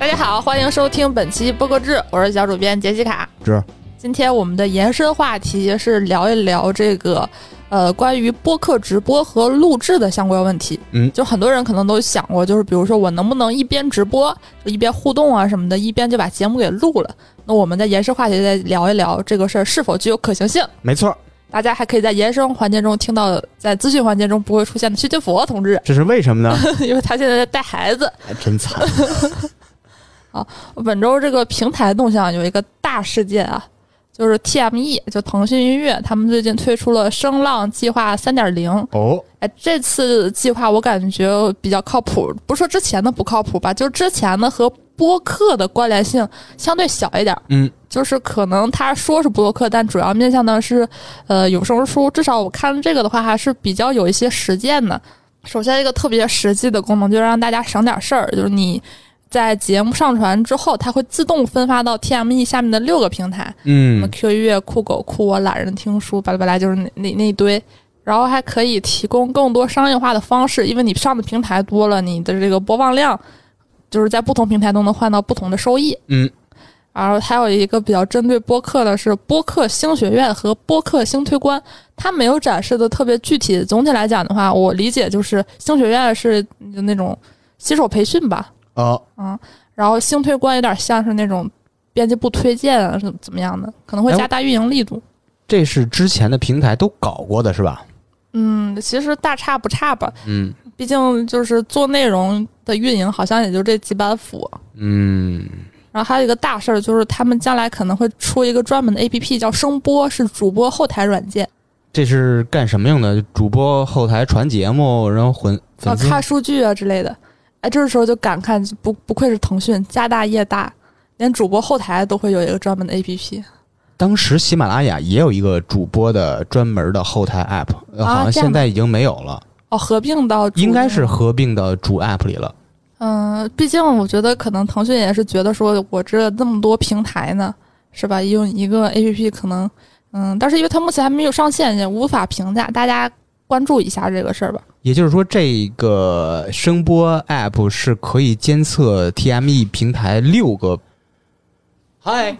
大家好，欢迎收听本期播客志，我是小主编杰西卡。今天我们的延伸话题是聊一聊这个关于播客直播和录制的相关问题。就很多人可能都想过，就是比如说我能不能一边直播就一边互动啊什么的，一边就把节目给录了。那我们在延伸话题再聊一聊这个事儿是否具有可行性。 没错，大家还可以在延伸环节中听到在资讯环节中不会出现的徐金佛同志。 这是为什么呢？ 因为他现在在带孩子， 还真惨。 啊，本周这个平台动向有一个大事件啊，就是 TME 就腾讯音乐他们最近推出了声浪计划 3.0。 哦， 这次计划我感觉比较靠谱，不是说之前的不靠谱吧，就是之前的和播客的关联性相对小一点。就是可能他说是播客，但主要面向的是有声书，至少我看这个的话还是比较有一些实践的。首先一个特别实际的功能，就是让大家省点事儿，就是你在节目上传之后，它会自动分发到 TME 下面的6个平台，什么 Q 音乐、酷狗、酷我、懒人听书，巴拉巴拉，就是那一堆。然后还可以提供更多商业化的方式，因为你上的平台多了，你的这个播放量就是在不同平台都能换到不同的收益。然后还有一个比较针对播客的是播客星学院和播客星推官，它没有展示的特别具体。总体来讲的话，我理解就是星学院是那种新手培训吧。然后星推官有点像是那种编辑部推荐啊，是怎么样的，可能会加大运营力度。 这是之前的平台都搞过的是吧？ 其实大差不差吧。毕竟就是做内容的运营好像也就这几板斧。然后还有一个大事儿，就是他们将来可能会出一个专门的 APP 叫声波，是主播后台软件。 这是干什么用的？主播后台传节目，然后粉丝看数据啊之类的。这时候就感慨不愧是腾讯，家大业大，连主播后台都会有一个专门的 APP。 当时喜马拉雅也有一个主播的专门的后台 app，好像现在已经没有了。 合并到应该是合并到主 app 里了。 毕竟我觉得可能腾讯也是觉得说，我这么多平台呢，是吧？用一个 APP 可能，但是因为它目前还没有上线，也无法评价，大家关注一下这个事儿吧。 也就是说，这个声波 app 是可以监测 TME 平台6个。嗨，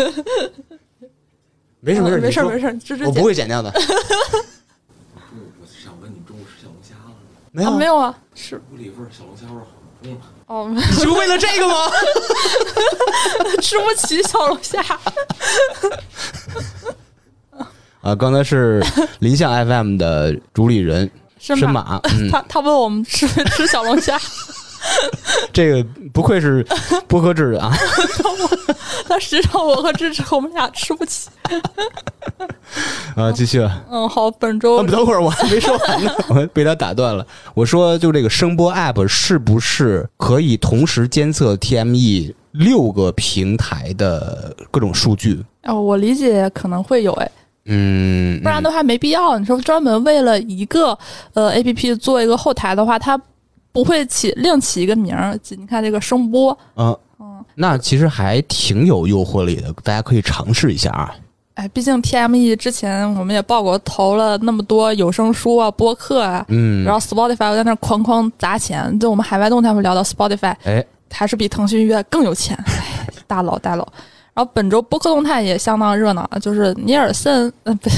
没事，我不会剪掉的。 我想问你中午吃小龙虾了吗？ 没有啊，是屋里味儿小龙虾味儿好重啊。 你就为了这个吗？ 吃不起小龙虾。 刚才是林相 FM 的主理人申马， 他问我们吃小龙虾。 这个不愧是播客制啊。 他实际上我和芝芝我们俩吃不起。 继续了。 好，本周等会儿我还没说完呢，我被他打断了。我说就这个声波 app 是不是可以同时监测 TME 6个平台的各种数据？ 我理解可能会有。不然的话没必要。你说专门为了一个APP 做一个后台的话，它不会另起一个名儿。你看这个声波， 那其实还挺有诱惑力的，大家可以尝试一下啊。 毕竟 TME 之前我们也报过，投了那么多有声书啊、播客啊，然后 Spotify 又在那哐砸钱。就我们海外动态会聊到 Spotify，还是比腾讯音乐更有钱。大佬。然后本周播客动态也相当热闹，就是尼尔森，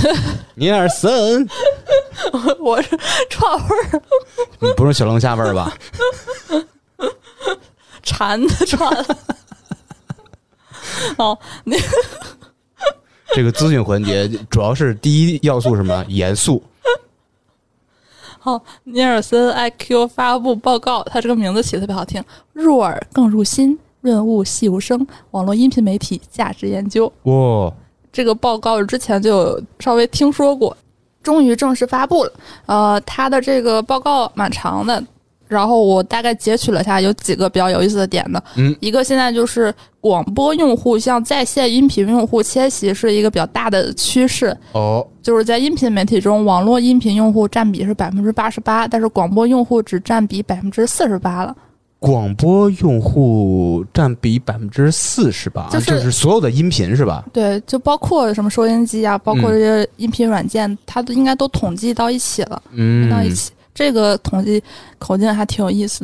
我是串味儿， 你不是小龙虾味儿吧？ 馋的串。你这个资讯环节主要是第一要素是什么？严肃。 尼尔森 IQ 发布报告，它这个名字起得特别好听，入耳更入心。润物细无声，网络音频媒体价值研究。这个报告之前就有稍微听说过，终于正式发布了。它的这个报告蛮长的，然后我大概截取了下有几个比较有意思的点的。一个现在就是广播用户向在线音频用户迁徙是一个比较大的趋势。就是在音频媒体中，网络音频用户占比是 88%， 但是广播用户只占比 48% 了。 广播用户占比 48%， 就是所有的音频是吧？ 对，就包括什么收音机啊，包括这些音频软件，它都应该都统计到一起了。到一起，这个统计口径还挺有意思的。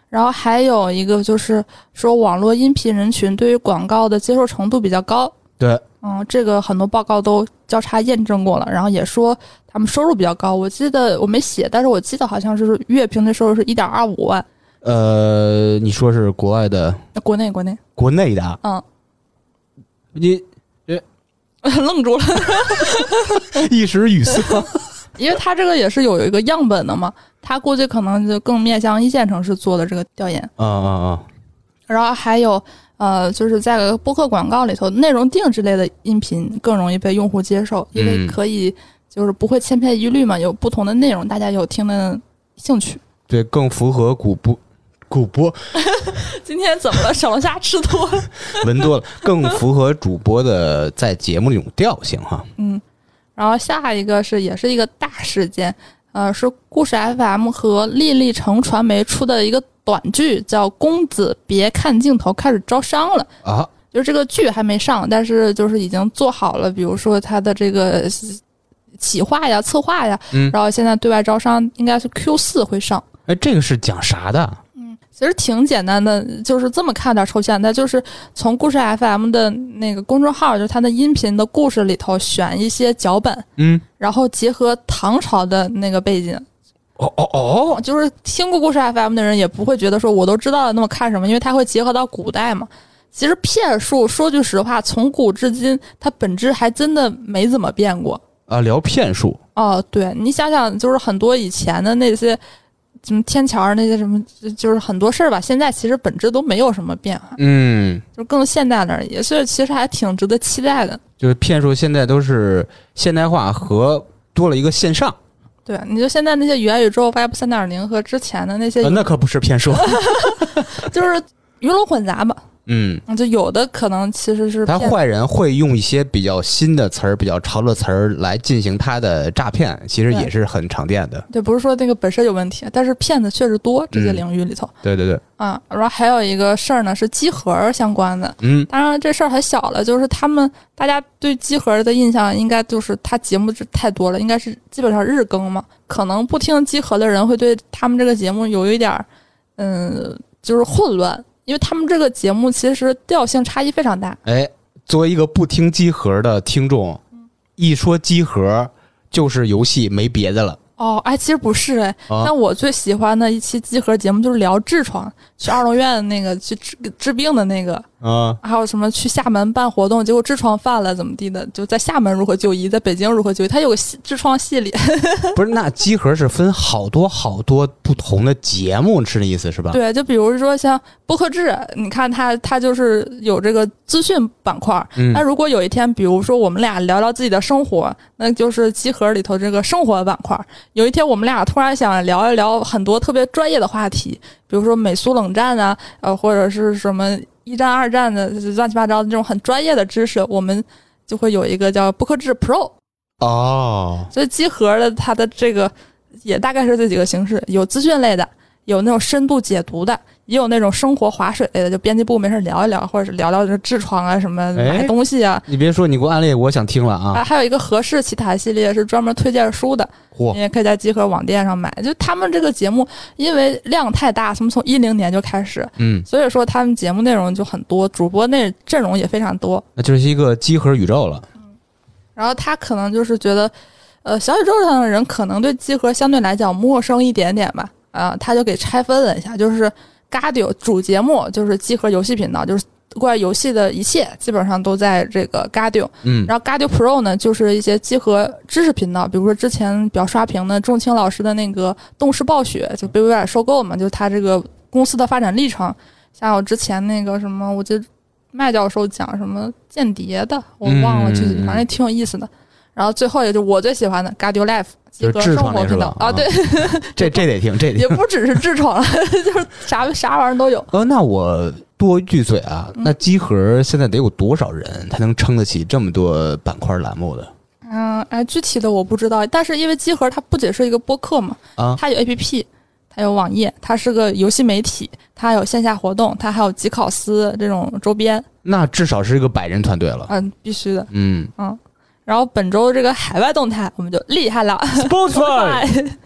然后还有一个就是说网络音频人群对于广告的接受程度比较高。 对， 这个很多报告都交叉验证过了，然后也说他们收入比较高。我记得我没写，但是我记得好像是月平均收入是1.25万。 你说是国外的？ 国内的。你愣住了， 一时语塞。 因为他这个也是有一个样本的嘛，他估计可能就更面向一线城市做的这个调研。然后还有就是在播客广告里头，内容定之类的音频更容易被用户接受，因为可以就是不会千篇一律嘛，有不同的内容，大家有听的兴趣。 对，更符合古播。 今天怎么了？小龙虾吃多了， 闻多了，更符合主播的在节目那种调性哈。 然后下一个也是一个大事件，是故事 FM 和丽丽城传媒出的一个短剧，叫《公子别看镜头》，开始招商了啊！就是这个剧还没上，但是就是已经做好了，比如说它的这个企划呀、策划呀，然后现在对外招商，应该是 Q4 会上。 这个是讲啥的？ 其实挺简单的，就是这么看点抽象，它就是从故事 FM 的那个公众号，就是它的音频的故事里头选一些脚本，然后结合唐朝的那个背景。就是听过故事 FM 的人也不会觉得说我都知道了，那么看什么？因为它会结合到古代嘛。其实骗术说句实话，从古至今，它本质还真的没怎么变过啊。聊骗术对，你想想，就是很多以前的那些。什么天桥那些什么，就是很多事儿吧，现在其实本质都没有什么变化，就更现代了而已，所以其实还挺值得期待的。 就是骗术现在都是现代化和多了一个线上。 对，你就现在那些元宇宙 Web 3.0 和之前的那些， 那可不是骗术， 就是鱼龙混杂吧。就有的可能其实是他坏人会用一些比较新的词儿、比较潮的词儿来进行他的诈骗，其实也是很常见的。 对，不是说那个本身有问题，但是骗子确实多，这些领域里头。 对。 然后还有一个事儿呢，是机核相关的。当然这事儿还小了，就是大家对机核的印象应该就是他节目太多了，应该是基本上日更嘛。可能不听机核的人会对他们这个节目有一点就是混乱。因为他们这个节目其实调性差异非常大。 作为一个不听机核的听众，一说机核就是游戏，没别的了。 其实不是但我最喜欢的一期机核节目就是聊痔疮，去儿童院的那个，去治病的那个。还有什么去厦门办活动，结果痔疮犯了怎么地的，就在厦门如何就医，在北京如何就医，它有个痔疮系列。 不是，那机核是分好多不同的节目，是那意思是吧？ 对，就比如说像播客制，你看它就是有这个资讯板块。那如果有一天，比如说我们俩聊聊自己的生活，那就是机核里头这个生活板块。有一天我们俩突然想聊一聊很多特别专业的话题，比如说美苏冷战啊，或者是什么1战2战的乱七八糟的这种很专业的知识，我们就会有一个叫播客制 Pro。所以机核的它的这个也大概是这几个形式，有资讯类的，有那种深度解读的，也有那种生活划水类的，就编辑部没事聊一聊，或者是聊聊这痔疮啊什么买东西啊。 你别说，你给我安利，我想听了啊。 还有一个和氏奇谈系列是专门推荐书的，你也可以在机核网店上买。就他们这个节目因为量太大，他们从2010年就开始，所以说他们节目内容就很多，主播阵容也非常多， 那就是一个机核宇宙了。 然后他可能就是觉得小宇宙上的人可能对机核相对来讲陌生一点点吧。他就给拆分了一下，就是Gadio 主节目就是机核游戏频道，就是关于游戏的一切基本上都在这个 Gadio。然后 Gadio Pro 呢，就是一些机核知识频道，比如说之前比较刷屏的仲青老师的那个动视暴雪就被微软收购嘛，就是他这个公司的发展历程。像我之前那个什么，我记得麦教授讲什么间谍的，我忘了具体，反正挺有意思的。然后最后也就我最喜欢的 Gadio Life 机核生活频道对， 这得听，这得听， 也不只是痔疮了，就是啥玩意儿都有。 那我多一句嘴啊，那机核现在得有多少人才能撑得起这么多板块栏目的？ 具体的我不知道，但是因为机核它不仅是一个播客嘛，它有 APP， 它有网页，它是个游戏媒体，它有线下活动，它还有吉考斯这种周边。 那至少是一个100人团队了。 必须的。然后本周这个海外动态我们就厉害了 Spotify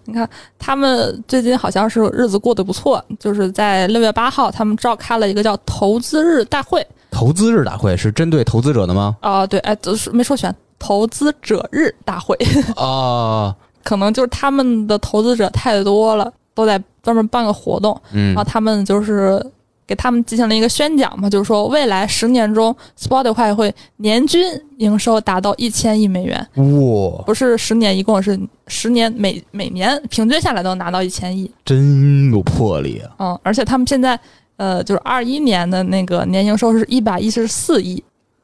你看他们最近好像是日子过得不错，就是在6月8号他们召开了一个叫投资日大会。 投资日大会是针对投资者的吗？ 对，就是没说全，投资者日大会可能就是他们的投资者太多了，都在专门办个活动，然后他们就是给他们进行了一个宣讲嘛，就是说未来10年中 Spotify 会年均营收达到1000亿美元。 哇， 不是10年，一共是10年，每年平均下来都拿到1000亿， 真有魄力啊！ 而且他们现在就是21年的那个年营收是114亿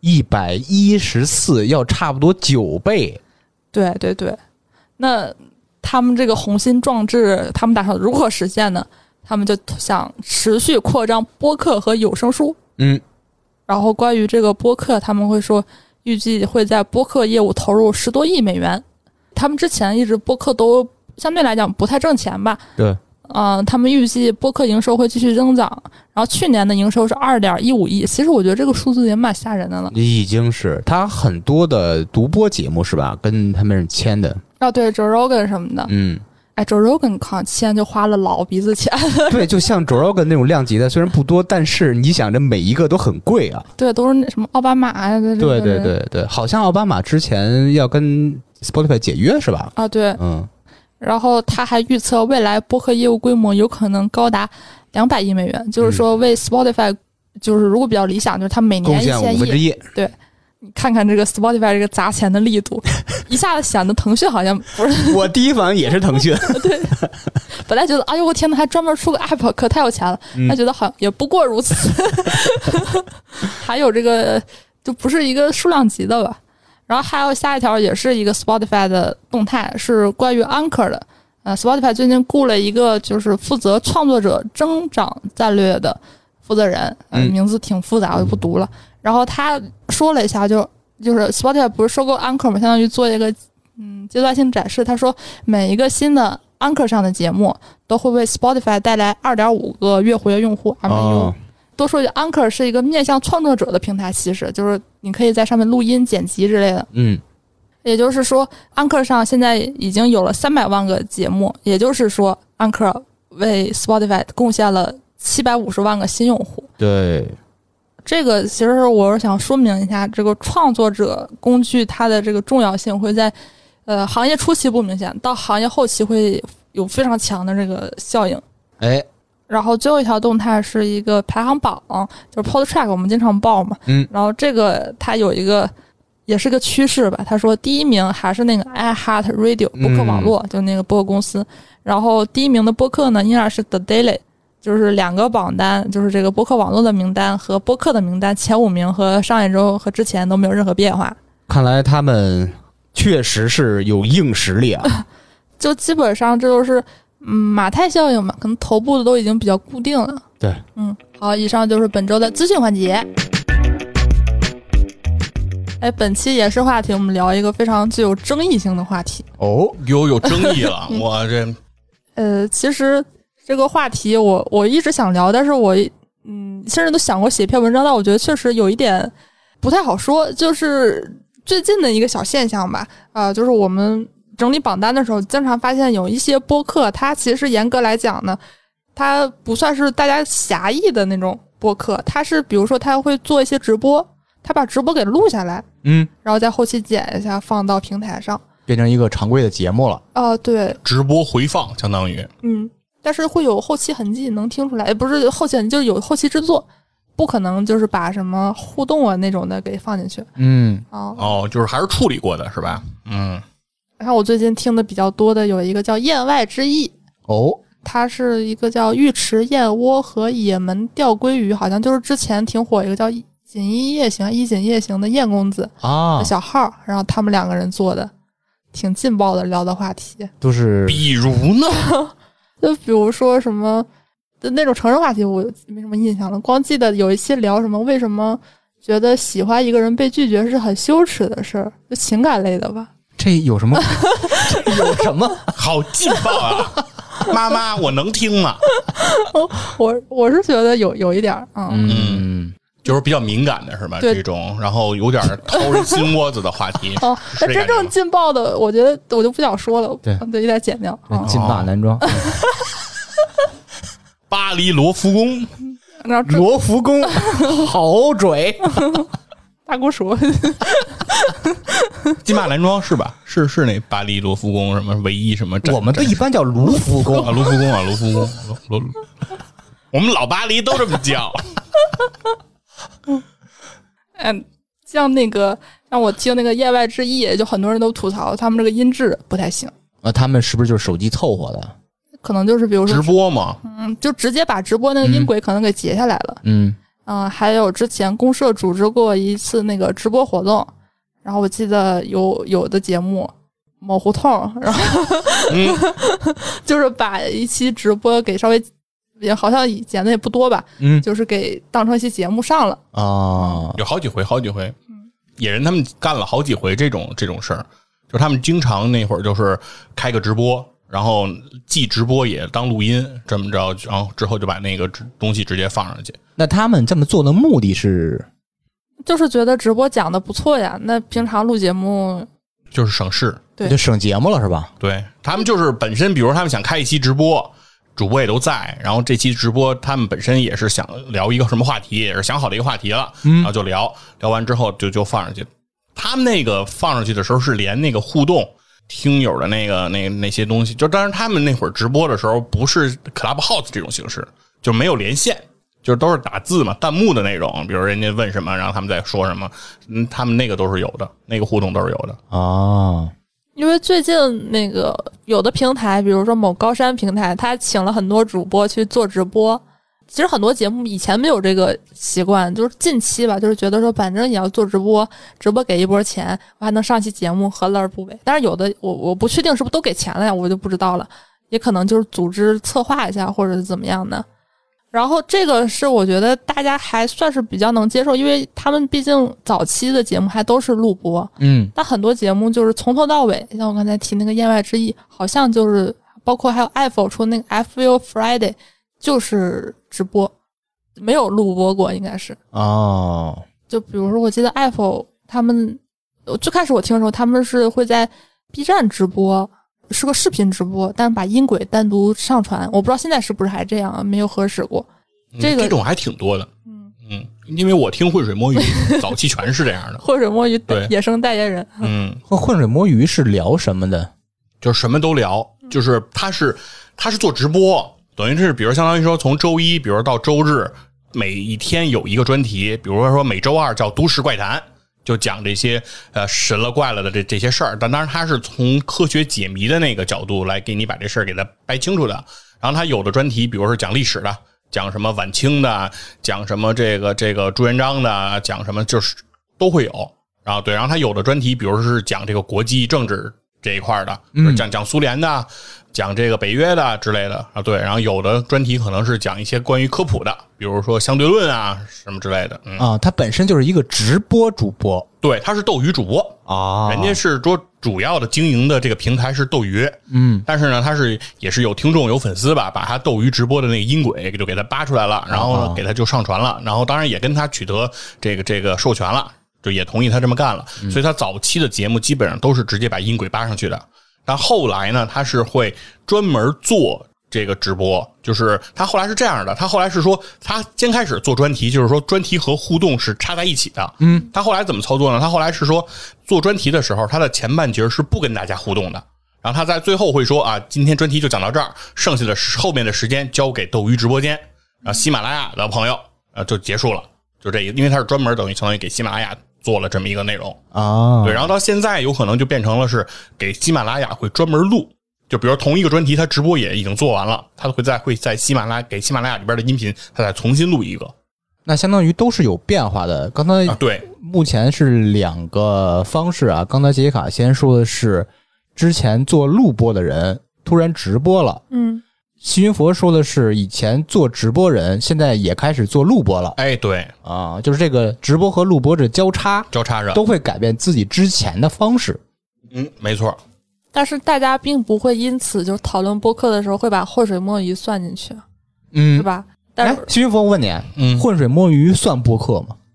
，114要差不多9倍。 对对对，那他们这个雄心壮志，他们打算如何实现呢？他们就想持续扩张播客和有声书。然后关于这个播客，他们会说预计会在播客业务投入10多亿美元。他们之前一直播客都相对来讲不太挣钱吧？ 对。 他们预计播客营收会继续增长，然后去年的营收是2.15亿。其实我觉得这个数字也蛮吓人的了。 已经是他很多的独播节目是吧？跟他们签的。 对 Joe Rogan 什么的。Joe Rogan 好像签就花了老鼻子钱。 对，就像 Joe Rogan 那种量级的，虽然不多，但是你想着每一个都很贵啊。 对，都是那什么奥巴马呀。 对，好像奥巴马之前要跟 Spotify 解约是吧？ 对。然后他还预测未来播客业务规模有可能高达200亿美元，就是说为 Spotify 就是如果比较理想，就是他每年1000亿。对，你看看这个 Spotify 这个砸钱的力度，一下子显得腾讯好像不是。 我第一反应也是腾讯。 对，本来觉得哎呦我天哪，还专门出个 app， 可太有钱了。他觉得好像也不过如此。还有这个就不是一个数量级的吧。然后还有下一条也是一个 Spotify 的动态，是关于 Anchor 的。Spotify 最近雇了一个就是负责创作者增长战略的负责人，名字挺复杂，我就不读了。然后他说了一下，就是 Spotify 不是收购 Anchor 嘛，相当于做一个阶段性展示。他说每一个新的 Anchor 上的节目都会为 Spotify 带来 2.5 个月活跃用户 MAU。多说一句 ，Anchor 是一个面向创作者的平台，其实就是你可以在上面录音、剪辑之类的。也就是说 ，Anchor 上现在已经有了300万个节目，也就是说 ，Anchor 为 Spotify 贡献了750万个新用户。 对， 这个其实我是想说明一下，这个创作者工具它的这个重要性会在行业初期不明显，到行业后期会有非常强的这个效应。然后最后一条动态是一个排行榜，就是 Podtrack 我们经常报嘛。然后这个它有一个也是个趋势吧。他说第一名还是那个 iHeartRadio 播客网络，就那个播客公司。然后第一名的播客呢，应该是 The Daily， 就是2个榜单，就是这个播客网络的名单和播客的名单，前5名和上一周和之前都没有任何变化。 看来他们确实是有硬实力啊。 就基本上这就是马太效应嘛，可能头部的都已经比较固定了。 对， 好，以上就是本周的资讯环节。本期也是话题，我们聊一个非常具有争议性的话题。 有争议了，我这其实这个话题我一直想聊，但是我甚至都想过写篇文章，但我觉得确实有一点不太好说，就是最近的一个小现象吧。就是我们整理榜单的时候，经常发现有一些播客，它其实严格来讲呢，它不算是大家狭义的那种播客，它是比如说它会做一些直播，它把直播给录下来，然后在后期剪一下放到平台上， 变成一个常规的节目了。 对， 直播回放相当于， 但是会有后期痕迹能听出来，不是后期痕迹，就是有后期制作，不可能就是把什么互动啊那种的给放进去。 就是还是处理过的是吧？ 然后我最近听的比较多的有一个叫燕外之意，它是一个叫尉迟燕窝和野门钓鲑鱼，好像就是之前挺火一个叫锦衣夜行的燕公子的小号，然后他们2个人做的，挺劲爆的，聊的话题都是比如呢就比如说什么那种成人话题我没什么印象了，光记得有一期聊什么为什么觉得喜欢一个人被拒绝是很羞耻的事儿，就情感类的吧。 这有什么有什么好劲爆啊妈妈我能听吗？ 我是觉得有一点就是比较敏感的是吧？这种，然后有点掏人心窝子的话题。 哦，那真正劲爆的，我觉得我就不想说了，对，有点剪掉。 劲霸男装， 巴黎罗浮宫， 罗浮宫，好嘴。 大姑鼠， 金马男装是吧？是那巴黎罗浮宫什么唯一什么？ 我们都一般叫卢浮宫啊，卢浮宫啊，卢浮宫，我们老巴黎都这么叫。 像那个让我听那个言外之意，就很多人都吐槽他们这个音质不太行。 他们是不是就是手机凑合的？ 可能就是比如说直播嘛， 就直接把直播那个音轨可能给截下来了。还有之前公社组织过一次那个直播活动，然后我记得有的节目某胡同，然后就是把一期直播给稍微也好像剪的也不多吧，就是给当成一期节目上了啊， 有好几回，野人他们干了好几回这种事儿，就是他们经常那会儿就是开个直播。然后既直播也当录音，这么着，然后之后就把那个东西直接放上去。 那他们这么做的目的是， 就是觉得直播讲的不错呀。那平常录节目就是省事， 对， 就省节目了是吧？ 对，他们就是本身，比如他们想开一期直播，主播也都在，然后这期直播他们本身也是想聊一个什么话题，也是想好的一个话题了，然后就聊完之后就放上去。他们那个放上去的时候是连那个互动。听友的那些东西，就当然他们那会儿直播的时候不是 Clubhouse 这种形式，就没有连线，就是都是打字嘛，弹幕的那种，比如人家问什么，然后他们在说什么，他们那个都是有的，那个互动都是有的啊。 因为最近那个有的平台，比如说某高山平台，他请了很多主播去做直播。其实很多节目以前没有这个习惯，就是近期吧，就是觉得说反正也要做直播给一波钱，我还能上期节目，何乐而不为？但是有的我不确定是不是都给钱了呀，我就不知道了，也可能就是组织策划一下或者是怎么样的。然后这个是我觉得大家还算是比较能接受，因为他们毕竟早期的节目还都是录播，但很多节目就是从头到尾，像我刚才提那个言外之意，好像就是包括还有 Apple 出那个 FU Friday。就是直播，没有录播过，应该是哦。 就比如说，我记得 Apple 他们最开始我听的时候，他们是会在 B 站直播，是个视频直播，但是把音轨单独上传。我不知道现在是不是还这样，没有核实过。 这种还挺多的，因为我听浑水摸鱼早期全是这样的。 浑水摸鱼野生代言人， 浑水摸鱼是聊什么的？ 就是什么都聊，就是他是做直播。等于是比如相当于说从周一比如到周日每一天有一个专题，比如说每周二叫都市怪谈，就讲这些神了怪了的这些事儿，但当然他是从科学解谜的那个角度来给你把这事儿给它掰清楚的。然后他有的专题比如说讲历史的，讲什么晚清的，讲什么这个朱元璋的，讲什么就是都会有。然后对，然后他有的专题比如是讲这个国际政治这一块的，讲苏联的，讲这个北约的之类的啊，对，然后有的专题可能是讲一些关于科普的，比如说相对论啊什么之类的。 他本身就是一个直播主播， 对，他是斗鱼主播啊， 人家是说主要的经营的这个平台是斗鱼，但是呢，他也是有听众有粉丝吧，把他斗鱼直播的那个音轨就给他扒出来了，然后给他就上传了，然后当然也跟他取得这个授权了。就也同意他这么干了，所以他早期的节目基本上都是直接把音轨扒上去的。但后来呢，他是会专门做这个直播，就是他后来是这样的，他后来是说他先开始做专题，就是说专题和互动是插在一起的。他后来怎么操作呢？他后来是说做专题的时候，他的前半截是不跟大家互动的，然后他在最后会说啊，今天专题就讲到这儿，剩下的后面的时间交给斗鱼直播间，然后喜马拉雅的朋友就结束了。就这个，因为他是专门等于相当于给喜马拉雅做了这么一个内容啊， 对，然后到现在有可能就变成了是给喜马拉雅会专门录，就比如同一个专题，他直播也已经做完了，他会在给喜马拉雅里边的音频，他再重新录一个。 那相当于都是有变化的。刚才对， 目前是两个方式啊。刚才杰卡先说的是之前做录播的人突然直播了，西云佛说的是以前做直播人现在也开始做录播了。 哎，对啊，就是这个直播和录播这交叉着都会改变自己之前的方式。 没错。 但是大家并不会因此就是讨论播客的时候会把浑水摸鱼算进去，是吧？但是西云佛，我问你，浑水摸鱼算播客吗？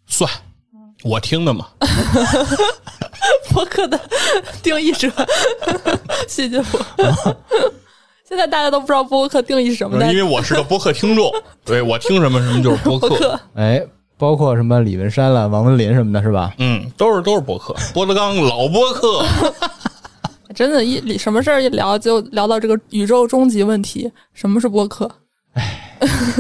算，我听的嘛。 播客的定义者，谢谢我。现在大家都不知道播客定义是什么的， 因为我是个播客听众，对我听什么什么就是播客。 哎，包括什么李文山了、王文林什么的，是吧？ 都是播客，郭德纲老播客。 真的，什么事儿一聊就聊到这个宇宙终极问题，什么是播客？哎，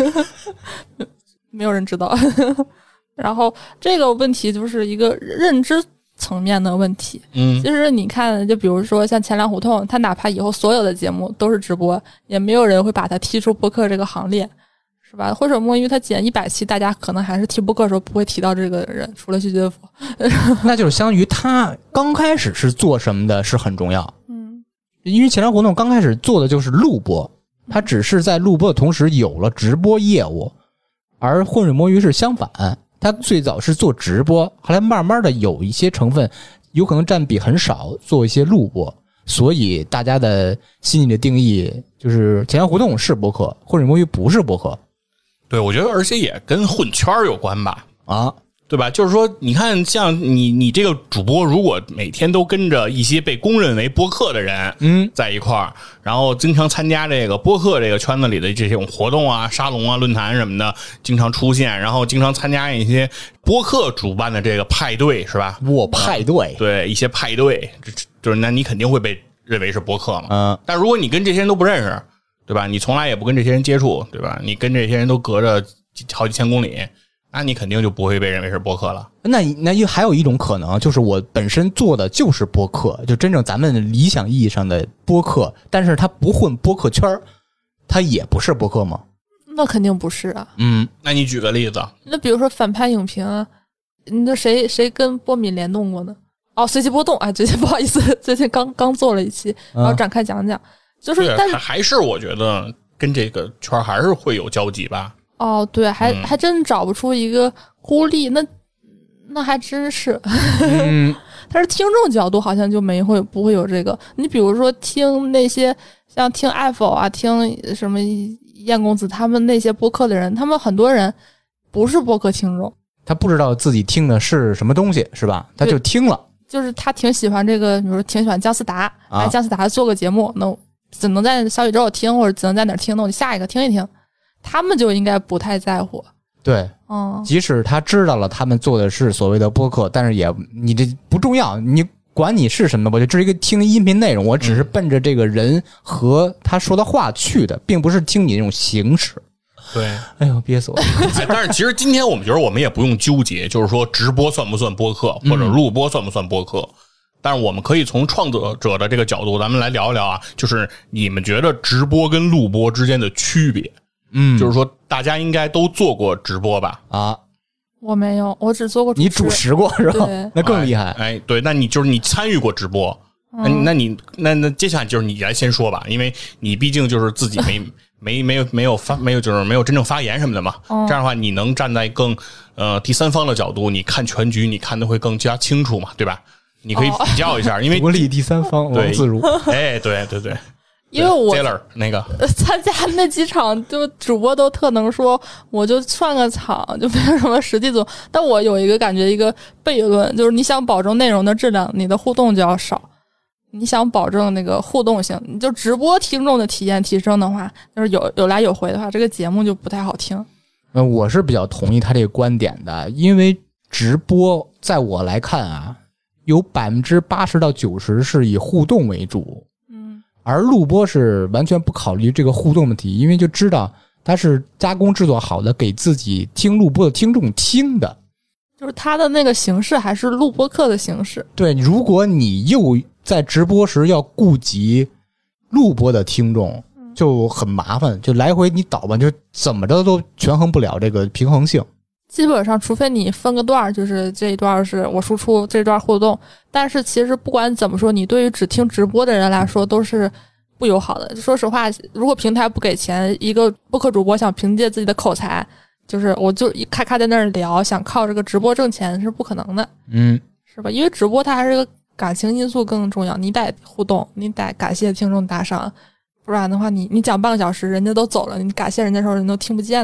没有人知道。然后这个问题就是一个认知层面的问题。其实你看，就比如说像钱粮胡同，他哪怕以后所有的节目都是直播，也没有人会把他踢出播客这个行列，是吧？或者摸鱼他剪100期，大家可能还是提播客的时候不会提到这个人，除了徐杰夫。 那就是相当于他刚开始是做什么的是很重要。因为钱粮胡同刚开始做的就是录播，他只是在录播的同时有了直播业务，而浑水摸鱼是相反。他最早是做直播，后来慢慢的有一些成分有可能占比很少，做一些录播，所以大家的心里的定义就是钱粮胡同是播客，浑水摸鱼不是播客。 对，我觉得而且也跟混圈有关吧。 啊， 对吧？就是说，你看，像你这个主播，如果每天都跟着一些被公认为播客的人，在一块儿，然后经常参加这个播客这个圈子里的这种活动啊、沙龙啊、论坛什么的，经常出现，然后经常参加一些播客主办的这个派对，是吧？ 派对， 对，一些派对，就是那你肯定会被认为是播客嘛。但如果你跟这些人都不认识，对吧？你从来也不跟这些人接触，对吧？你跟这些人都隔着好几千公里。那你肯定就不会被认为是播客了。 那又还有一种可能，就是我本身做的就是播客，就真正咱们理想意义上的播客，但是他不混播客圈，他也不是播客吗？ 那肯定不是啊。 那你举个例子。 那比如说反派影评啊，那谁跟波米联动过呢？哦，随机波动啊，最近不好意思，最近刚做了一期，然后展开讲讲，就是但是还是我觉得跟这个圈还是会有交集吧。 哦，对，还真找不出一个孤立，那还真是。但是听众角度好像就不会有这个。你比如说听那些像听爱否啊，听什么燕公子他们那些播客的人，他们很多人不是播客听众， 他不知道自己听的是什么东西，是吧？他就听了， 就是他挺喜欢这个，比如说挺喜欢姜思达，姜思达做个节目，那只能在小宇宙听，或者只能在哪儿听，那我就下一个听一听。他们就应该不太在乎。 对，即使他知道了他们做的是所谓的播客，但是你这不重要，你管你是什么，我就这是一个听音频内容，我只是奔着这个人和他说的话去的，并不是听你那种形式。 对， 哎呦，憋死我了！ 但是其实今天我们觉得我们也不用纠结，就是说直播算不算播客，或者录播算不算播客。但是我们可以从创作者的这个角度，咱们来聊一聊啊，就是你们觉得直播跟录播之间的区别。就是说大家应该都做过直播吧？啊， 我没有，我只做过主持。 你主持过是吧？那更厉害。 哎，对，那你就是你参与过直播，那接下来就是你来先说吧，因为你毕竟就是自己没有真正发言什么的嘛。这样的话，你能站在更第三方的角度，你看全局，你看的会更加清楚嘛，对吧？你可以比较一下，因为独立第三方王自如。 哎，对。 因为我那个参加那几场，就主播都特能说，我就串个场，就没有什么实际作用。但我有一个感觉，一个悖论，就是你想保证内容的质量，你的互动就要少；你想保证那个互动性，你就直播听众的体验提升的话，就是有来有回的话，这个节目就不太好听。 我是比较同意他这个观点的，因为直播在我来看啊，有80%到90%是以互动为主。而录播是完全不考虑这个互动问题，因为就知道它是加工制作好的，给自己听录播的听众听的， 就是它的那个形式还是录播课的形式。 对，如果你又在直播时要顾及录播的听众，就很麻烦，就来回你倒吧，就怎么着都权衡不了这个平衡性。 基本上除非你分个段，就是这一段是我输出，这一段互动，但是其实不管怎么说，你对于只听直播的人来说都是不友好的。说实话，如果平台不给钱，一个播客主播想凭借自己的口才，就是我就咔咔在那儿聊，想靠这个直播挣钱是不可能的，是吧？因为直播它还是个感情因素更重要，你得互动，你得感谢听众打赏，不然的话你讲半个小时人家都走了，你感谢人家的时候人都听不见的。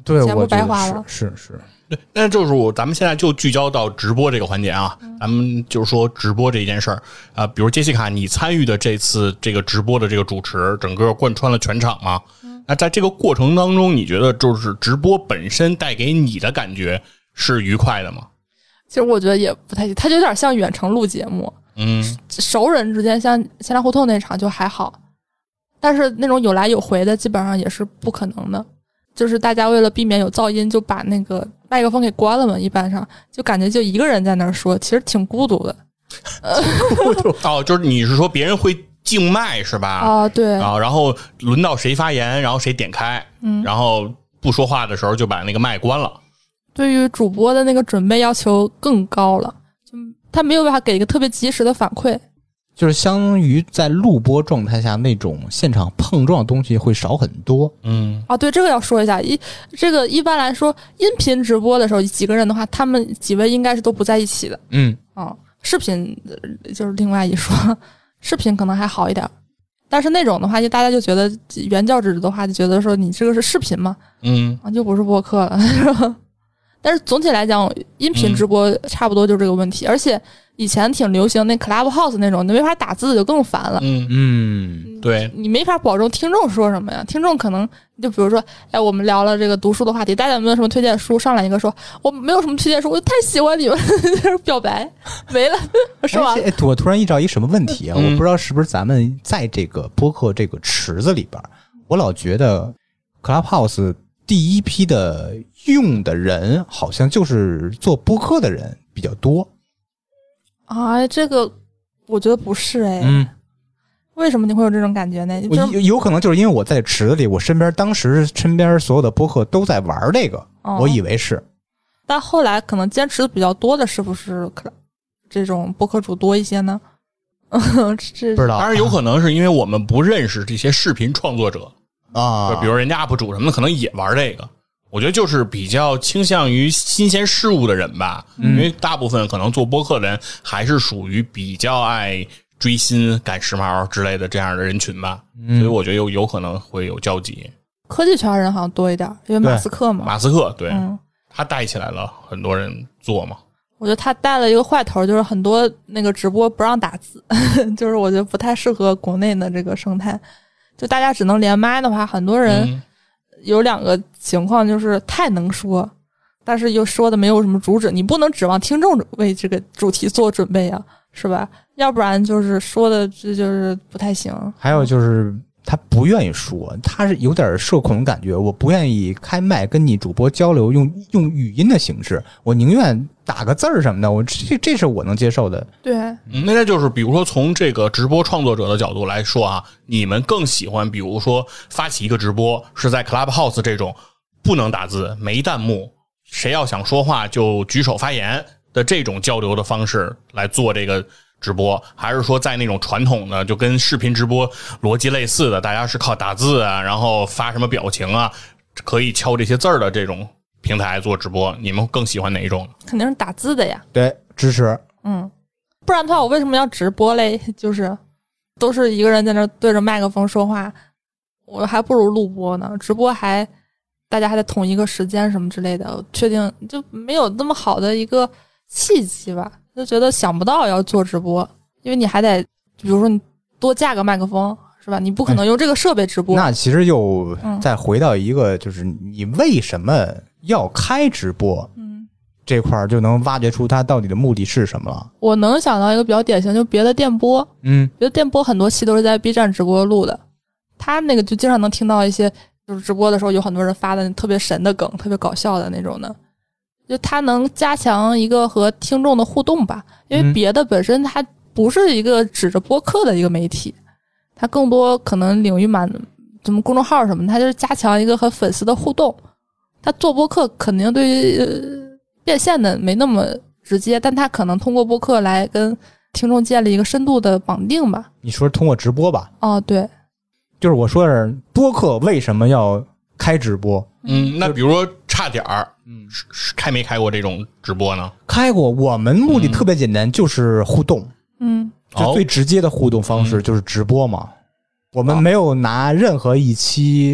对， 钱不白花了。 是。 对，那就是咱们现在就聚焦到直播这个环节啊，咱们就是说直播这件事儿啊，比如杰西卡，你参与的这次这个直播的这个主持，整个贯穿了全场嘛？那在这个过程当中，你觉得就是直播本身带给你的感觉是愉快的吗？ 其实我觉得也不太，它就有点像远程录节目。熟人之间像千家胡同那场就还好，但是那种有来有回的基本上也是不可能的。就是大家为了避免有噪音，就把那个麦克风给关了嘛，一般上就感觉就一个人在那儿说，其实挺孤独的。 哦，就是你是说别人会静麦是吧？ 哦，对啊，然后轮到谁发言，然后谁点开，然后不说话的时候就把那个麦关了。 对于主播的那个准备要求更高了，就他没有办法给一个特别及时的反馈。 就是相当于在录播状态下那种现场碰撞的东西会少很多。 对，这个要说一下，这个一般来说音频直播的时候几个人的话，他们几位应该是都不在一起的。视频就是另外一说，视频可能还好一点，但是那种的话就大家就觉得原教旨的话就觉得说你这个是视频嘛，就不是播客了。但是总体来讲音频直播差不多就这个问题，而且以前挺流行那 Clubhouse 那种，你没法打字就更烦了。 对， 你没法保证听众说什么呀？听众可能就比如说，我们聊了这个读书的话题，大家有没有什么推荐书？上来一个说我没有什么推荐书，我太喜欢你们，就是表白没了，是吧？ 我突然意识到一什么问题啊？我不知道是不是咱们在这个播客这个池子里边，我老觉得 Clubhouse 第一批的用的人好像就是做播客的人比较多。 这个我觉得不是为什么你会有这种感觉呢？ 有可能就是因为我在池子里，我当时身边所有的播客都在玩这个，我以为是。 但后来可能坚持的比较多的是不是这种播客主多一些呢？不知道。 当然有可能是因为我们不认识这些视频创作者就比如人家 UP 主什么的，可能也玩这个。我觉得就是比较倾向于新鲜事物的人吧，因为大部分可能做播客的人还是属于比较爱追新赶时髦之类的这样的人群吧，所以我觉得有可能会有交集。 科技圈人好像多一点，因为马斯克嘛。 马斯克对，他带起来了很多人做嘛。 我觉得他带了一个坏头，就是很多那个直播不让打字，就是我觉得不太适合国内的这个生态。就大家只能连麦的话，很多人有两个情况，就是太能说，但是又说的没有什么主旨，你不能指望听众为这个主题做准备啊，是吧？要不然就是说的这就是不太行。 还有就是他不愿意说，他是有点社恐感觉，我不愿意开麦跟你主播交流，用语音的形式，我宁愿打个字儿什么的，这是我能接受的。 对， 那就是比如说从这个直播创作者的角度来说啊，你们更喜欢比如说发起一个直播是在 Clubhouse 这种不能打字没弹幕，谁要想说话就举手发言的这种交流的方式来做这个直播，还是说在那种传统的就跟视频直播逻辑类似的，大家是靠打字啊，然后发什么表情啊，可以敲这些字儿的这种平台做直播，你们更喜欢哪一种？ 肯定是打字的呀。 对，支持。 不然的话我为什么要直播嘞？就是都是一个人在那对着麦克风说话，我还不如录播呢。直播大家还得统一个时间什么之类的，确定就没有那么好的一个契机吧，就觉得想不到要做直播，因为你还得比如说你多架个麦克风是吧，你不可能用这个设备直播。 那其实又再回到一个就是你为什么要开直播这块就能挖掘出它到底的目的是什么了。 我能想到一个比较典型，就别的电波别的电波很多期都是在 B 站直播录的，他那个就经常能听到一些就是直播的时候有很多人发的特别神的梗，特别搞笑的那种的，就它能加强一个和听众的互动吧。因为别的本身它不是一个指着播客的一个媒体，它更多可能领域什么公众号什么，它就是加强一个和粉丝的互动。它做播客肯定对于变现的没那么直接，但它可能通过播客来跟听众建立一个深度的绑定吧。 你说通过直播吧？ 对， 就是我说的是播客为什么要开直播？ 那比如说差点儿，开没开过这种直播呢？ 开过，我们目的特别简单，就是互动。就最直接的互动方式就是直播嘛。我们没有拿任何一期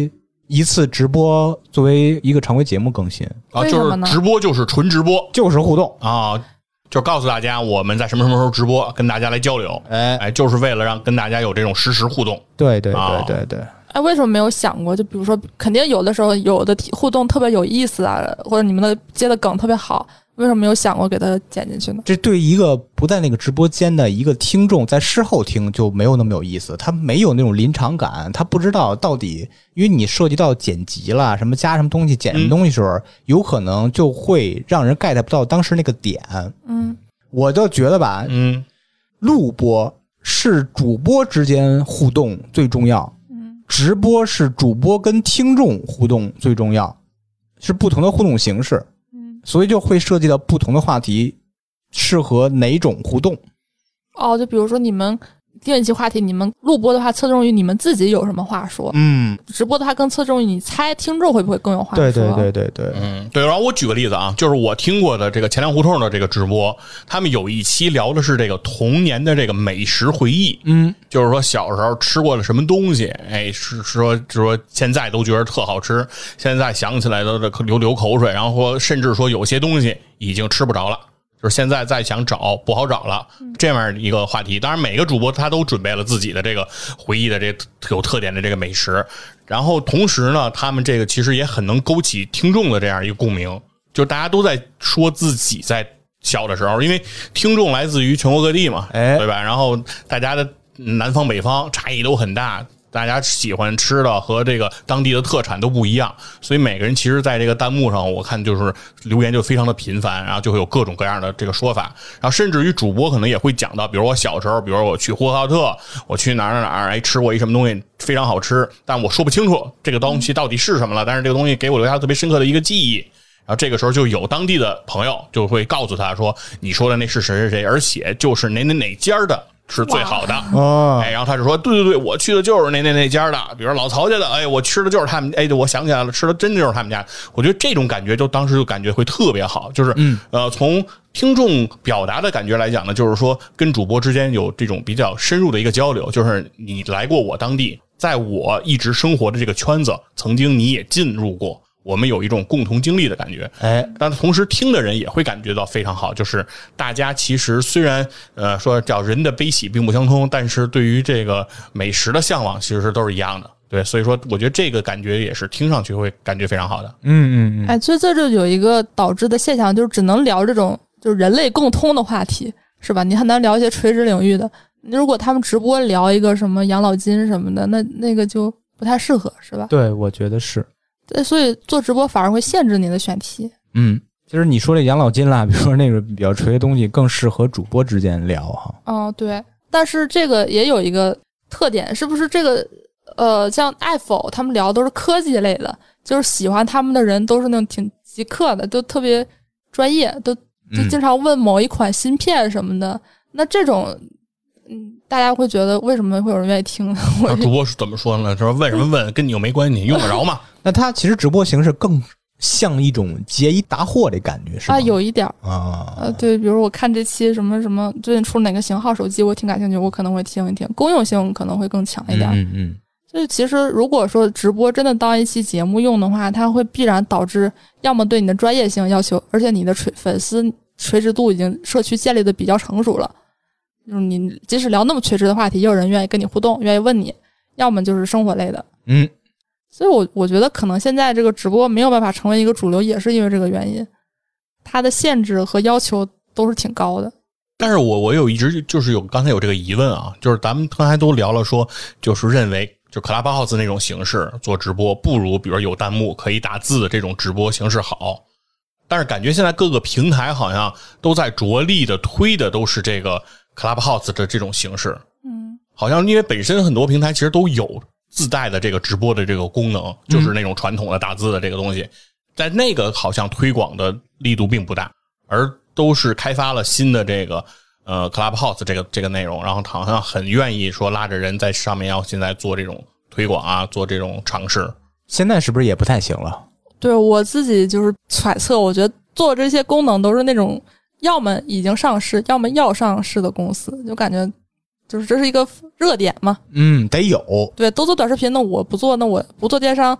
一次直播作为一个常规节目更新啊，就是直播就是纯直播， 就是互动啊，就告诉大家我们在什么时候直播，跟大家来交流，就是为了让跟大家有这种实时互动。 对对对对对。 哎，为什么没有想过？就比如说，肯定有的时候有的互动特别有意思啊，或者你们的接的梗特别好，为什么没有想过给它剪进去呢？ 这对一个不在那个直播间的一个听众，在事后听就没有那么有意思，他没有那种临场感，他不知道到底，因为你涉及到剪辑啦，什么加什么东西，剪什么东西的时候，有可能就会让人 get 不到当时那个点。我就觉得吧，录播是主播之间互动最重要。直播是主播跟听众互动最重要，是不同的互动形式，所以就会涉及到不同的话题，适合哪种互动。 哦，就比如说你们定一期话题，你们录播的话侧重于你们自己有什么话说，直播的话更侧重于你猜听众会不会更有话说。 对对对对对， 对。然后我举个例子啊，就是我听过的这个钱粮胡同的这个直播，他们有一期聊的是这个童年的这个美食回忆，就是说小时候吃过了什么东西，哎，是说现在都觉得特好吃，现在想起来都流口水，然后甚至说有些东西已经吃不着了。就是现在再想找不好找了，这样一个话题。当然每个主播他都准备了自己的这个回忆的这有特点的这个美食，然后同时呢他们这个其实也很能勾起听众的这样一个共鸣，就是大家都在说自己在小的时候，因为听众来自于全国各地嘛，对吧？然后大家的南方北方差异都很大，大家喜欢吃的和这个当地的特产都不一样，所以每个人其实在这个弹幕上我看就是留言就非常的频繁，然后就会有各种各样的这个说法，然后甚至于主播可能也会讲到，比如我小时候，比如我去呼和浩特，我去哪儿，哎，吃过一什么东西非常好吃，但我说不清楚这个东西到底是什么了，但是这个东西给我留下特别深刻的一个记忆。然后这个时候就有当地的朋友就会告诉他说，你说的那是谁谁谁，而且就是哪家的是最好的哎，然后他就说对，我去的就是那家的，比如说老曹家的，哎，我吃的就是他们，哎，我想起来了，吃的真的就是他们家。我觉得这种感觉就当时就感觉会特别好，就是从听众表达的感觉来讲呢，就是说跟主播之间有这种比较深入的一个交流，就是你来过我当地，在我一直生活的这个圈子，曾经你也进入过。我们有一种共同经历的感觉，但同时听的人也会感觉到非常好，就是大家其实虽然说叫人的悲喜并不相通，但是对于这个美食的向往其实都是一样的，对，所以说我觉得这个感觉也是听上去会感觉非常好的。 哎，所以这就有一个导致的现象，就是只能聊这种就是人类共通的话题，是吧？你很难聊一些垂直领域的。如果他们直播聊一个什么养老金什么的，那个就不太适合，是吧？ 对，我觉得是。 对，所以做直播反而会限制你的选题。 其实你说这养老金啦，比如说那个比较垂的东西，更适合主播之间聊哈。 对，但是这个也有一个特点，是不是这个像爱否他们聊都是科技类的，就是喜欢他们的人都是那种挺极客的，都特别专业，就经常问某一款芯片什么的。那这种大家会觉得为什么会有人愿意听？ 主播是怎么说呢？说问什么问，跟你又没关系，你用得着吗？ 那他其实直播形式更像一种解疑答惑的感觉，是吧？ 有一点对，比如我看这期什么什么最近出哪个型号手机，我挺感兴趣，我可能会听一听，公用性可能会更强一点。所以其实如果说直播真的当一期节目用的话，它会必然导致要么对你的专业性要求，而且你的粉丝垂直度已经社区建立的比较成熟了。就是你即使聊那么垂直的话题，也有人愿意跟你互动，愿意问你，要么就是生活类的。所以我觉得可能现在这个直播没有办法成为一个主流，也是因为这个原因，它的限制和要求都是挺高的。 但是我一直就是刚才有这个疑问啊，就是咱们刚才都聊了说，就是认为就 Clubhouse 那种形式做直播不如比如有弹幕可以打字的这种直播形式好，但是感觉现在各个平台好像都在着力的推的都是这个 Clubhouse 的这种形式。好像因为本身很多平台其实都有自带的这个直播的这个功能，就是那种传统的打字的这个东西，在那个好像推广的力度并不大，而都是开发了新的这个Clubhouse 这个内容，然后好像很愿意说拉着人在上面要现在做这种推广啊，做这种尝试。 现在是不是也不太行了？ 对，我自己就是揣测，我觉得做这些功能都是那种要么已经上市，要么要上市的公司，就感觉就是这是一个热点嘛。 得有。 对，都做短视频，那我不做，那我不做电商，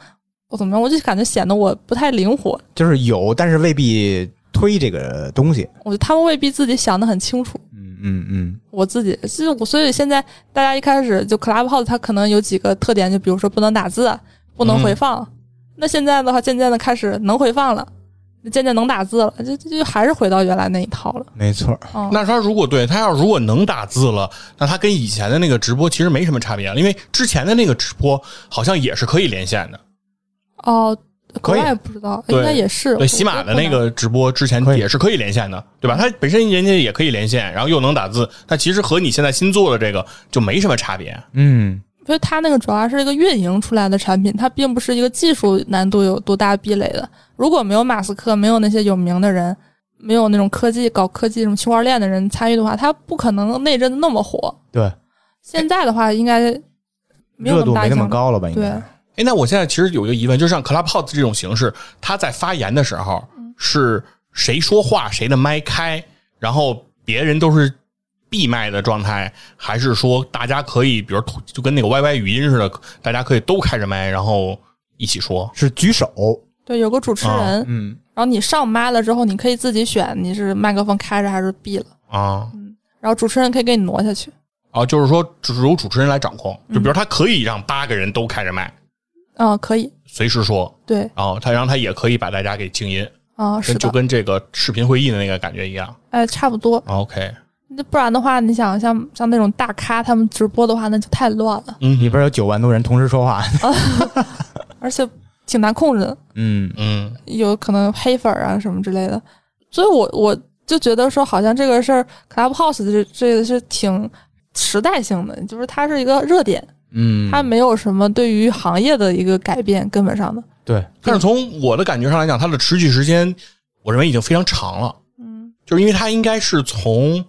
我怎么样，我就感觉显得我不太灵活。 就是有，但是未必推这个东西。 我觉得他们未必自己想得很清楚。我自己所以现在大家一开始就 Clubhouse 它可能有几个特点，就比如说不能打字，不能回放。那现在的话，渐渐的开始能回放了，渐渐能打字了，就还是回到原来那一套了。 没错。 那他如果能打字了，那他跟以前的那个直播其实没什么差别了，因为之前的那个直播好像也是可以连线的。 哦，国外不知道，应该也是。 对，喜马的那个直播之前也是可以连线的，对吧？它本身人家也可以连线，然后又能打字，但其实和你现在新做的这个就没什么差别。 所以它那个主要是一个运营出来的产品，它并不是一个技术难度有多大壁垒的。如果没有马斯克，没有那些有名的人，没有那种搞科技什么区块链的人参与的话，它不可能那阵子那么火。 对， 现在的话应该没有那么大影响，热度没那么高了吧？应该。 对。 那我现在其实有一个疑问，就是像 Clubhouse 这种形式，他在发言的时候是谁说话谁的麦开，然后别人都是闭麦的状态，还是说大家可以比如就跟那个 YY 语音似的，大家可以都开着麦然后一起说？ 是举手。 对，有个主持人，然后你上麦了之后，你可以自己选你是麦克风开着还是闭了然后主持人可以给你挪下去。 就是说只由主持人来掌控，就比如他可以让8个人都开着麦。 可以随时说。 对。 然后他也可以把大家给静音。 是的， 就跟这个视频会议的那个感觉一样。 差不多。 OK。 不然的话，你想像那种大咖他们直播的话，那就太乱了。 里边有9万多人同时说话， 而且挺难控制的。有可能黑粉啊什么之类的。所以我就觉得说，好像这个事儿 Clubhouse 这个是挺时代性的，就是它是一个热点。它没有什么对于行业的一个改变，根本上的。 对， 但是从我的感觉上来讲，它的持续时间，我认为已经非常长了。就是因为它应该是从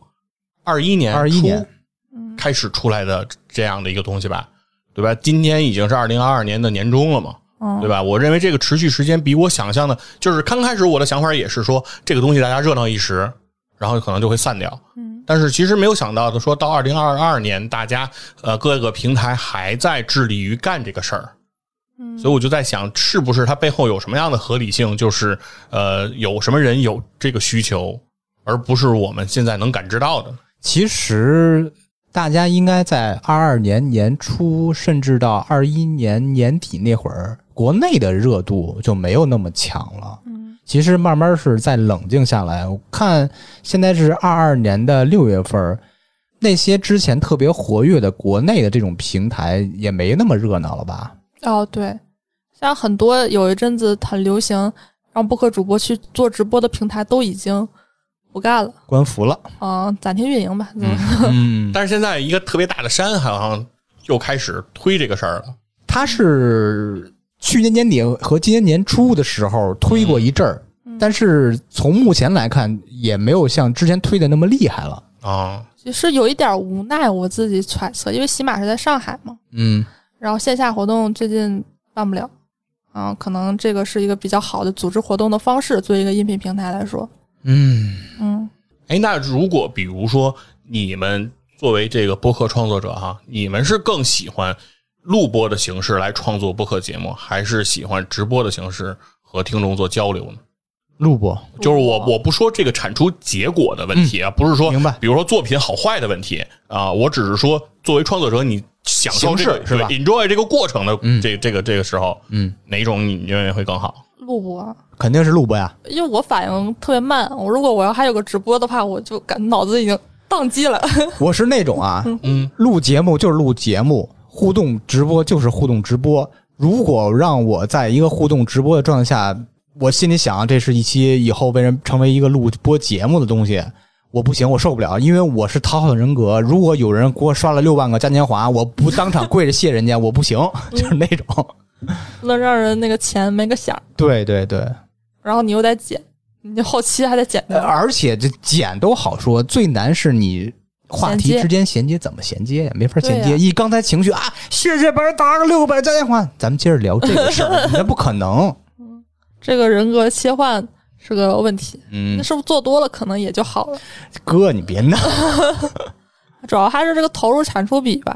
21年开始出来的这样的一个东西吧，对吧？今天已经是2022年的年中了嘛，对吧？我认为这个持续时间比我想象的，就是刚开始我的想法也是说，这个东西大家热闹一时，然后可能就会散掉。但是其实没有想到的，说到2022年，大家各个平台还在致力于干这个事儿。所以我就在想，是不是它背后有什么样的合理性，就是有什么人有这个需求，而不是我们现在能感知到的。 其实大家应该在22年年初，甚至到21年年底那会儿，国内的热度就没有那么强了。其实慢慢是在冷静下来。我看现在是22年的6月份，那些之前特别活跃的国内的这种平台也没那么热闹了吧？ 对，像很多有一阵子很流行让播客主播去做直播的平台都已经不干了， 关服了。 暂停运营吧。 但是现在一个特别大的山好像又开始推这个事儿了。 它是去年年底和今年年初的时候推过一阵儿，但是从目前来看也没有像之前推的那么厉害了。 其实有一点无奈，我自己揣测，因为喜马是在上海嘛，然后线下活动最近办不了，可能这个是一个比较好的组织活动的方式，作为一个音频平台来说。 那如果比如说你们作为这个播客创作者你们是更喜欢录播的形式来创作播客节目，还是喜欢直播的形式和听众做交流呢？ 录播， 就是我不说这个产出结果的问题不是说明白， 比如说作品好坏的问题我只是说作为创作者你享受这个是吧 enjoy 这个过程的这个时候哪种你认为会更好？ 录播肯定是录播呀， 因为我反应特别慢，如果我要还有个直播的话，我就感脑子已经宕机了。 我是那种录节目就是录节目，互动直播就是互动直播。如果让我在一个互动直播的状态下，我心里想这是一期以后为人成为一个录播节目的东西，我不行，我受不了，因为我是讨好人格。如果有人给我刷了6万个嘉年华，我不当场跪着谢人家，我不行，就是那种不能让人那个钱没个响。 对对对， 然后你又得剪，你后期还得剪而且这剪都好说，最难是你话题之间衔接怎么衔接呀？没法衔接。一刚才情绪谢谢白打个600嘉年华，咱们接着聊这个事儿，那不可能。 这个人格切换是个问题。那是不是做多了可能也就好了？ 哥，你别闹。 主要还是这个投入产出比吧。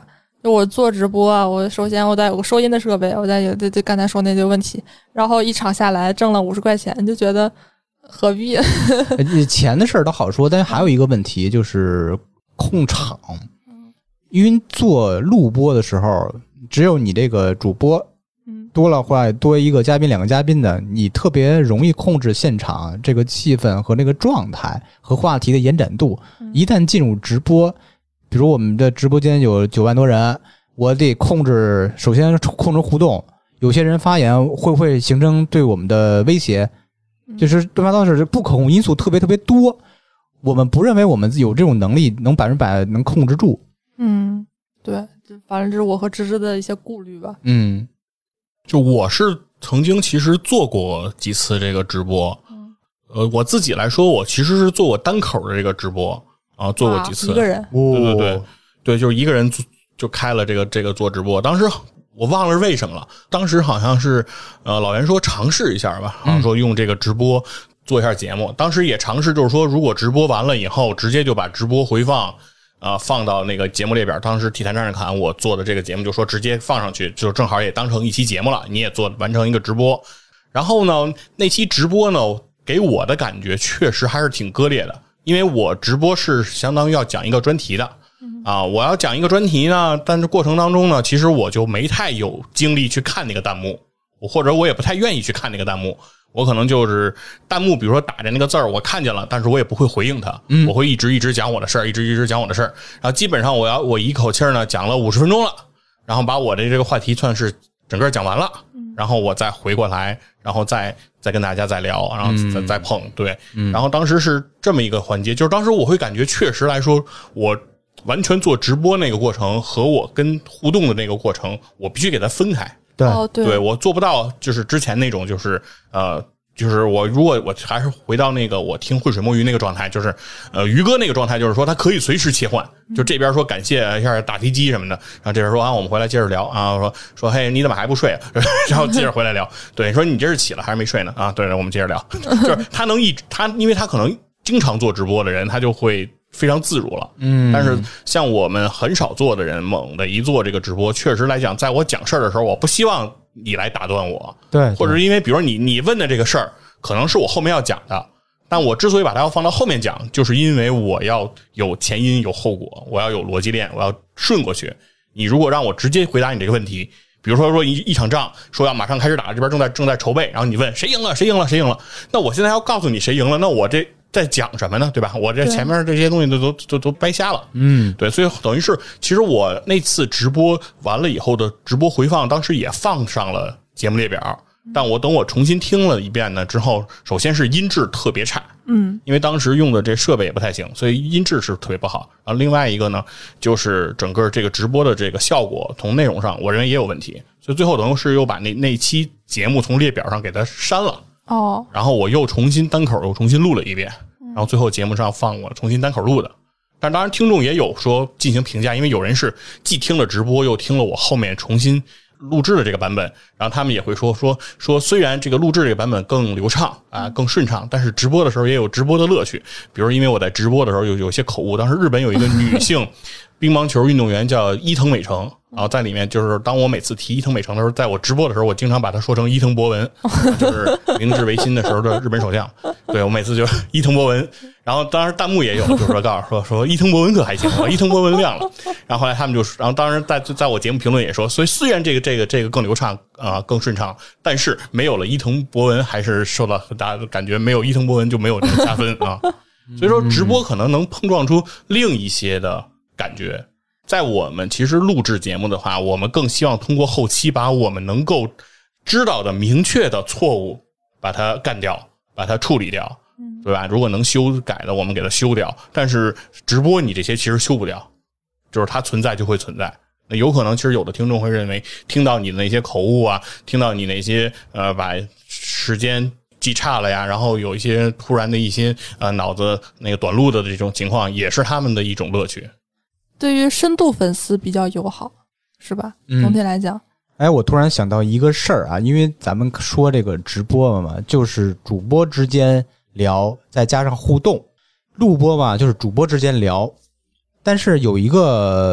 就我做直播啊，我首先我得有个收音的设备，我再有对刚才说那些问题，然后一场下来挣了50块钱，就觉得何必？ 钱的事儿都好说，但是还有一个问题就是控场，因为做录播的时候，只有你这个主播。多了话多一个嘉宾2个嘉宾的，你特别容易控制现场这个气氛和那个状态和话题的延展度。一旦进入直播，比如我们的直播间有9万多人，我得控制，首先控制互动，有些人发言会不会形成对我们的威胁，就是乱七八糟是不可控因素特别特别多，我们不认为我们有这种能力能100%能控制住。 对，反正这是我和芝芝的一些顾虑吧。 就我是曾经其实做过几次这个直播，我自己来说，我其实是做过单口的这个直播啊，做过几次， 一个人， 对，就是一个人就开了这个做直播。当时我忘了是为什么了，当时好像是老袁说尝试一下吧，好像说用这个直播做一下节目。当时也尝试就是说，如果直播完了以后，直接就把直播回放。放到那个节目列表，当时体坛战士侃我做的这个节目就说直接放上去，就正好也当成一期节目了，你也完成一个直播。然后呢，那期直播呢，给我的感觉确实还是挺割裂的，因为我直播是相当于要讲一个专题的我要讲一个专题呢，但是过程当中呢，其实我就没太有精力去看那个弹幕，或者我也不太愿意去看那个弹幕。我可能就是弹幕，比如说打着那个字儿，我看见了，但是我也不会回应它，我会一直讲我的事儿，一直讲我的事儿。然后基本上我一口气呢讲了50分钟了，然后把我的这个话题算是整个讲完了，然后我再回过来，然后再跟大家再聊，然后再碰，对，然后当时是这么一个环节，就是当时我会感觉确实来说，我完全做直播那个过程和我跟互动的那个过程，我必须给它分开。对，我做不到，就是之前那种，就是如果我还是回到那个我听浑水摸鱼那个状态，就是鱼哥那个状态，就是说他可以随时切换，就这边说感谢一下大飞机什么的，然后这边说我们回来接着聊啊，说嘿你怎么还不睡然后接着回来聊，对，说你这是起了还是没睡呢啊？对，我们接着聊，就是他因为他可能经常做直播的人，他就会非常自如了，但是像我们很少做的人，猛的一做这个直播，确实来讲，在我讲事儿的时候，我不希望你来打断我， 对， 或者因为比如你问的这个事儿，可能是我后面要讲的，但我之所以把它要放到后面讲，就是因为我要有前因有后果，我要有逻辑链，我要顺过去。你如果让我直接回答你这个问题，比如说一场仗，说要马上开始打，这边正在筹备，然后你问谁赢了，那我现在要告诉你谁赢了，那我这在讲什么呢？对吧？我这前面这些东西都掰瞎了。对，所以等于是，其实我那次直播完了以后的直播回放，当时也放上了节目列表，但等我重新听了一遍呢之后，首先是音质特别差，因为当时用的这设备也不太行，所以音质是特别不好。然后另外一个呢，就是整个这个直播的这个效果，从内容上我认为也有问题，所以最后等于是又把那期节目从列表上给它删了。然后我又重新单口又重新录了一遍，然后最后节目上放我重新单口录的。但当然听众也有说进行评价，因为有人是既听了直播又听了我后面重新录制的这个版本，然后他们也会说虽然这个录制这个版本更流畅更顺畅，但是直播的时候也有直播的乐趣。比如因为我在直播的时候有些口误，当时日本有一个女性乒乓球运动员叫伊藤美诚，然后在里面就是当我每次提伊藤美诚的时候，在我直播的时候，我经常把它说成伊藤博文，就是明治维新的时候的日本首相。对，我每次就伊藤博文，然后当时弹幕也有，就是告诉说伊藤博文可还行，伊藤博文亮了。然后后来他们就，然后当时在我节目评论也说，所以虽然这个更流畅更顺畅，但是没有了伊藤博文，还是受到很大的感觉，没有伊藤博文就没有这个加分啊。所以说直播可能能碰撞出另一些的感觉。在我们其实录制节目的话，我们更希望通过后期把我们能够知道的明确的错误把它干掉，把它处理掉，对吧？如果能修改的我们给它修掉，但是直播你这些其实修不掉，就是它存在就会存在。那有可能其实有的听众会认为听到你的那些口误啊，听到你那些把时间记差了呀，然后有一些突然的一些脑子那个短路的这种情况，也是他们的一种乐趣。 对于深度粉丝比较友好，是吧？总体来讲。 我突然想到一个事儿啊，因为咱们说这个直播嘛，就是主播之间聊，再加上互动；录播嘛，就是主播之间聊。但是有一个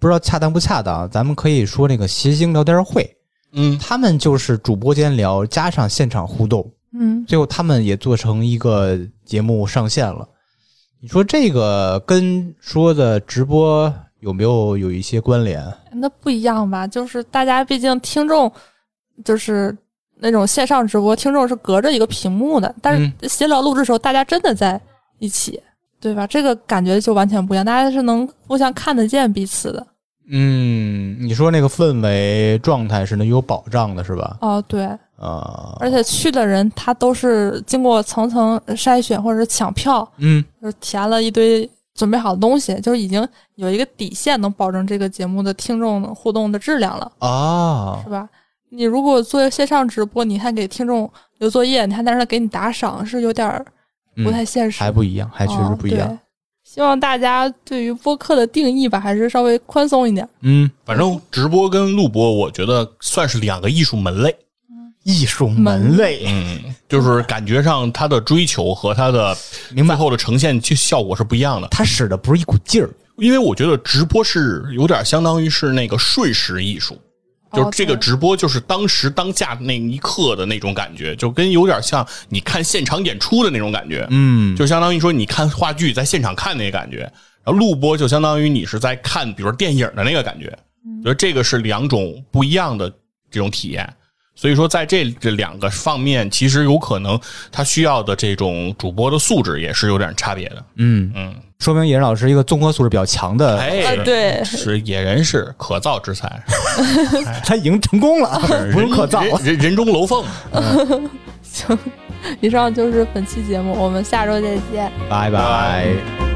不知道恰当不恰当，咱们可以说那个谐星聊天会，他们就是主播间聊加上现场互动，最后他们也做成一个节目上线了。你说这个跟说的直播有没有一些关联？ 那不一样吧，就是大家毕竟听众就是那种线上直播，听众是隔着一个屏幕的，但是闲聊录制的时候大家真的在一起，对吧？这个感觉就完全不一样，大家是能互相看得见彼此的。 你说那个氛围状态是能有保障的是吧？ 哦，对。而且去的人他都是经过层层筛选或者是抢票，就是填了一堆准备好的东西，就是已经有一个底线能保证这个节目的听众互动的质量了是吧？你如果做线上直播，你还给听众留作业，你还在那给你打赏，是有点不太现实， 还不一样，还确实不一样。 希望大家对于播客的定义吧，还是稍微宽松一点。 反正直播跟录播，我觉得算是两个艺术门类。 艺术门类， 就是感觉上它的追求和它的最后的呈现效果是不一样的。 它使的不是一股劲儿， 因为我觉得直播是有点相当于是那个瞬时艺术。就是这个直播就是当时当下那一刻的那种感觉，就跟有点像你看现场演出的那种感觉，就相当于说你看话剧在现场看那个感觉，然后录播就相当于你是在看比如说电影的那个感觉，觉得这个是两种不一样的这种体验。所以说在这两个方面其实有可能他需要的这种主播的素质也是有点差别的。 说明野人老师一个综合素质比较强的， 对， 是野人是可造之才他已经成功了，不用可造， 人中楼凤。 行，以上就是本期节目，我们下周再见， 拜拜。